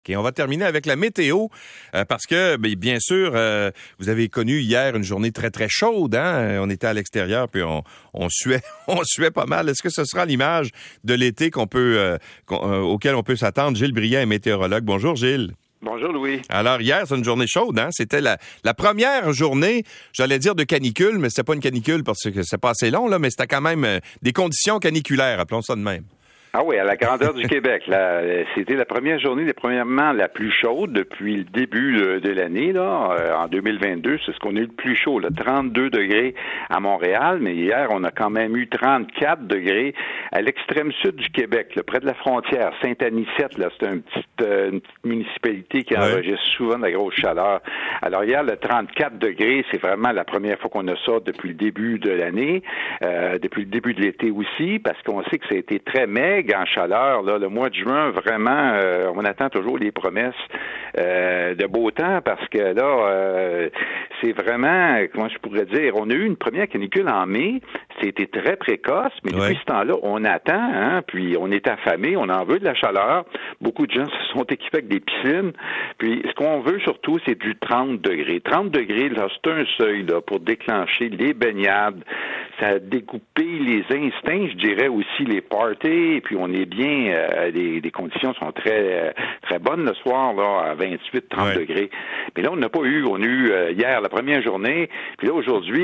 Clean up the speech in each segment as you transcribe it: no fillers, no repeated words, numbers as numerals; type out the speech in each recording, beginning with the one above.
Et on va terminer avec la météo parce que, bien sûr, vous avez connu hier une journée très, très chaude. Hein? On était à l'extérieur puis on suait, on suait pas mal. Est-ce que ce sera l'image de l'été auquel on peut s'attendre? Gilles Briand est météorologue. Bonjour, Gilles. Bonjour, Louis. Alors, hier, c'est une journée chaude. Hein? C'était la première journée, j'allais dire de canicule, mais c'était pas une canicule parce que c'est pas assez long, là, mais c'était quand même des conditions caniculaires, appelons ça de même. Ah oui, à la grandeur du Québec. C'était la première journée, premièrement, la plus chaude depuis le début de l'année, en 2022. C'est ce qu'on a eu le plus chaud, là, 32 degrés à Montréal. Mais hier, on a quand même eu 34 degrés à l'extrême sud du Québec, là, près de la frontière. Sainte-Anicette, là, c'est une petite municipalité qui enregistre souvent de la grosse chaleur. Alors hier, le 34 degrés, c'est vraiment la première fois qu'on a ça depuis le début de l'année, depuis le début de l'été aussi, parce qu'on sait que ça a été très maigre en chaleur, là, le mois de juin, vraiment, on attend toujours les promesses de beau temps parce que là, c'est vraiment, comment je pourrais dire, on a eu une première canicule en mai, c'était très précoce, mais depuis ce temps-là, on attend, hein, puis on est affamé, on en veut de la chaleur. Beaucoup de gens se sont équipés avec des piscines, puis ce qu'on veut surtout, c'est du 30 degrés. 30 degrés, là, c'est un seuil là, pour déclencher les baignades. Ça a découpé les instincts, je dirais aussi les parties, et puis on est bien, les conditions sont très très bonnes le soir, là, à 28-30 degrés. Mais là, on n'a pas eu, on a eu hier la première journée, puis là, aujourd'hui,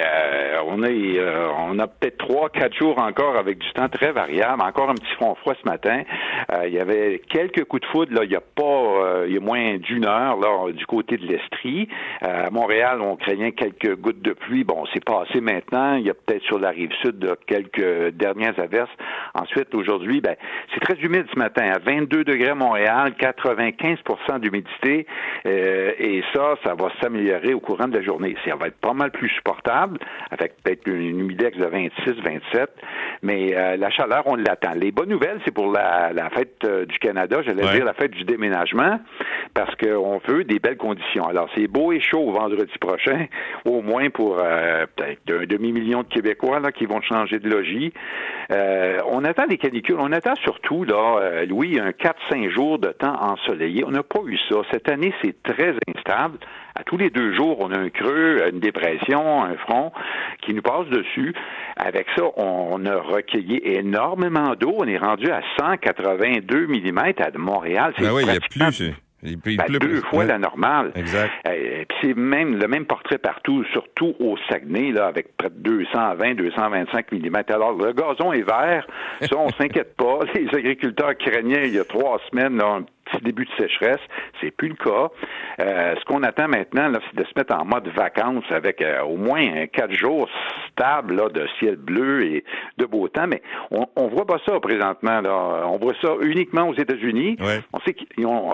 on a peut-être 3-4 jours encore avec du temps très variable, encore un petit front froid ce matin. Il y avait quelques coups de foudre, là, il y a moins d'une heure, là, du côté de l'Estrie. À Montréal, on craignait quelques gouttes de pluie. Bon, c'est passé maintenant. Il y a peut-être sur la rive sud là, quelques dernières averses. Ensuite, aujourd'hui, c'est très humide ce matin. À 22 degrés à Montréal, 95% d'humidité. Et ça va s'améliorer au courant de la journée. Ça va être pas mal plus supportable, avec peut-être une humidex de 26-27. Mais la chaleur, on l'attend. Les bonnes nouvelles, c'est pour la fête du Canada, j'allais dire la fête du déménagement, parce qu'on veut des belles conditions. Alors, c'est beau et chaud vendredi prochain, au moins pour peut-être 2 million de Québécois là, qui vont changer de logis. On attend des canicules. On attend surtout, là, Louis, un 4-5 jours de temps ensoleillé. On n'a pas eu ça. Cette année, c'est très instable. À tous les 2 jours, on a un creux, une dépression, un front qui nous passe dessus. Avec ça, on a recueilli énormément d'eau. On est rendu à 182 mm à Montréal. C'est il y a plus. Il pleut 2 fois la normale. Exact. Puis c'est même le même portrait partout, surtout au Saguenay, là, avec près de 220-225 mm. Alors, le gazon est vert. Ça, on s'inquiète pas. Les agriculteurs craignaient il y a 3 semaines, là, un petit début de sécheresse. C'est plus le cas. Ce qu'on attend maintenant, là, c'est de se mettre en mode vacances avec au moins 4 jours stables là, de ciel bleu et de beau temps. Mais on voit pas ça présentement. Là. On voit ça uniquement aux États-Unis. On sait qu'ils ont,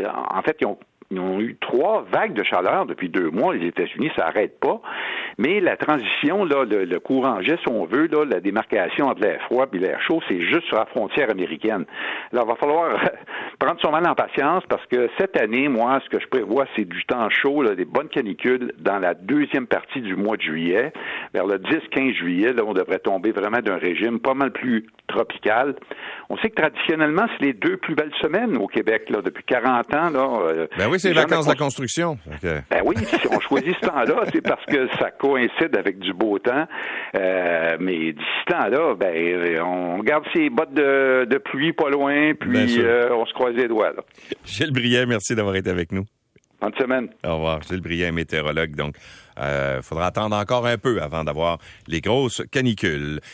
ils ont eu 3 vagues de chaleur depuis 2 mois. Les États-Unis, ça n'arrête pas. Mais la transition, là, le courant jet, si on veut, là, la démarcation entre l'air froid et l'air chaud, c'est juste sur la frontière américaine. Alors, il va falloir prendre son mal en patience parce que cette année, moi, ce que je prévois, c'est du temps chaud, là, des bonnes canicules dans la deuxième partie du mois de juillet. Vers le 10-15 juillet, là, on devrait tomber vraiment d'un régime pas mal plus tropical. On sait que traditionnellement, c'est les 2 plus belles semaines au Québec, là, depuis 40 ans. Là, c'est les vacances de la construction. Okay. Oui, si on choisit ce temps-là, c'est parce que ça coïncide avec du beau temps. Mais d'ici ce temps-là, on garde ses bottes de pluie pas loin, puis on se croise les doigts. Là. Gilles Briand, merci d'avoir été avec nous. Bonne semaine. Au revoir. Gilles Briand, météorologue. Donc, faudra attendre encore un peu avant d'avoir les grosses canicules.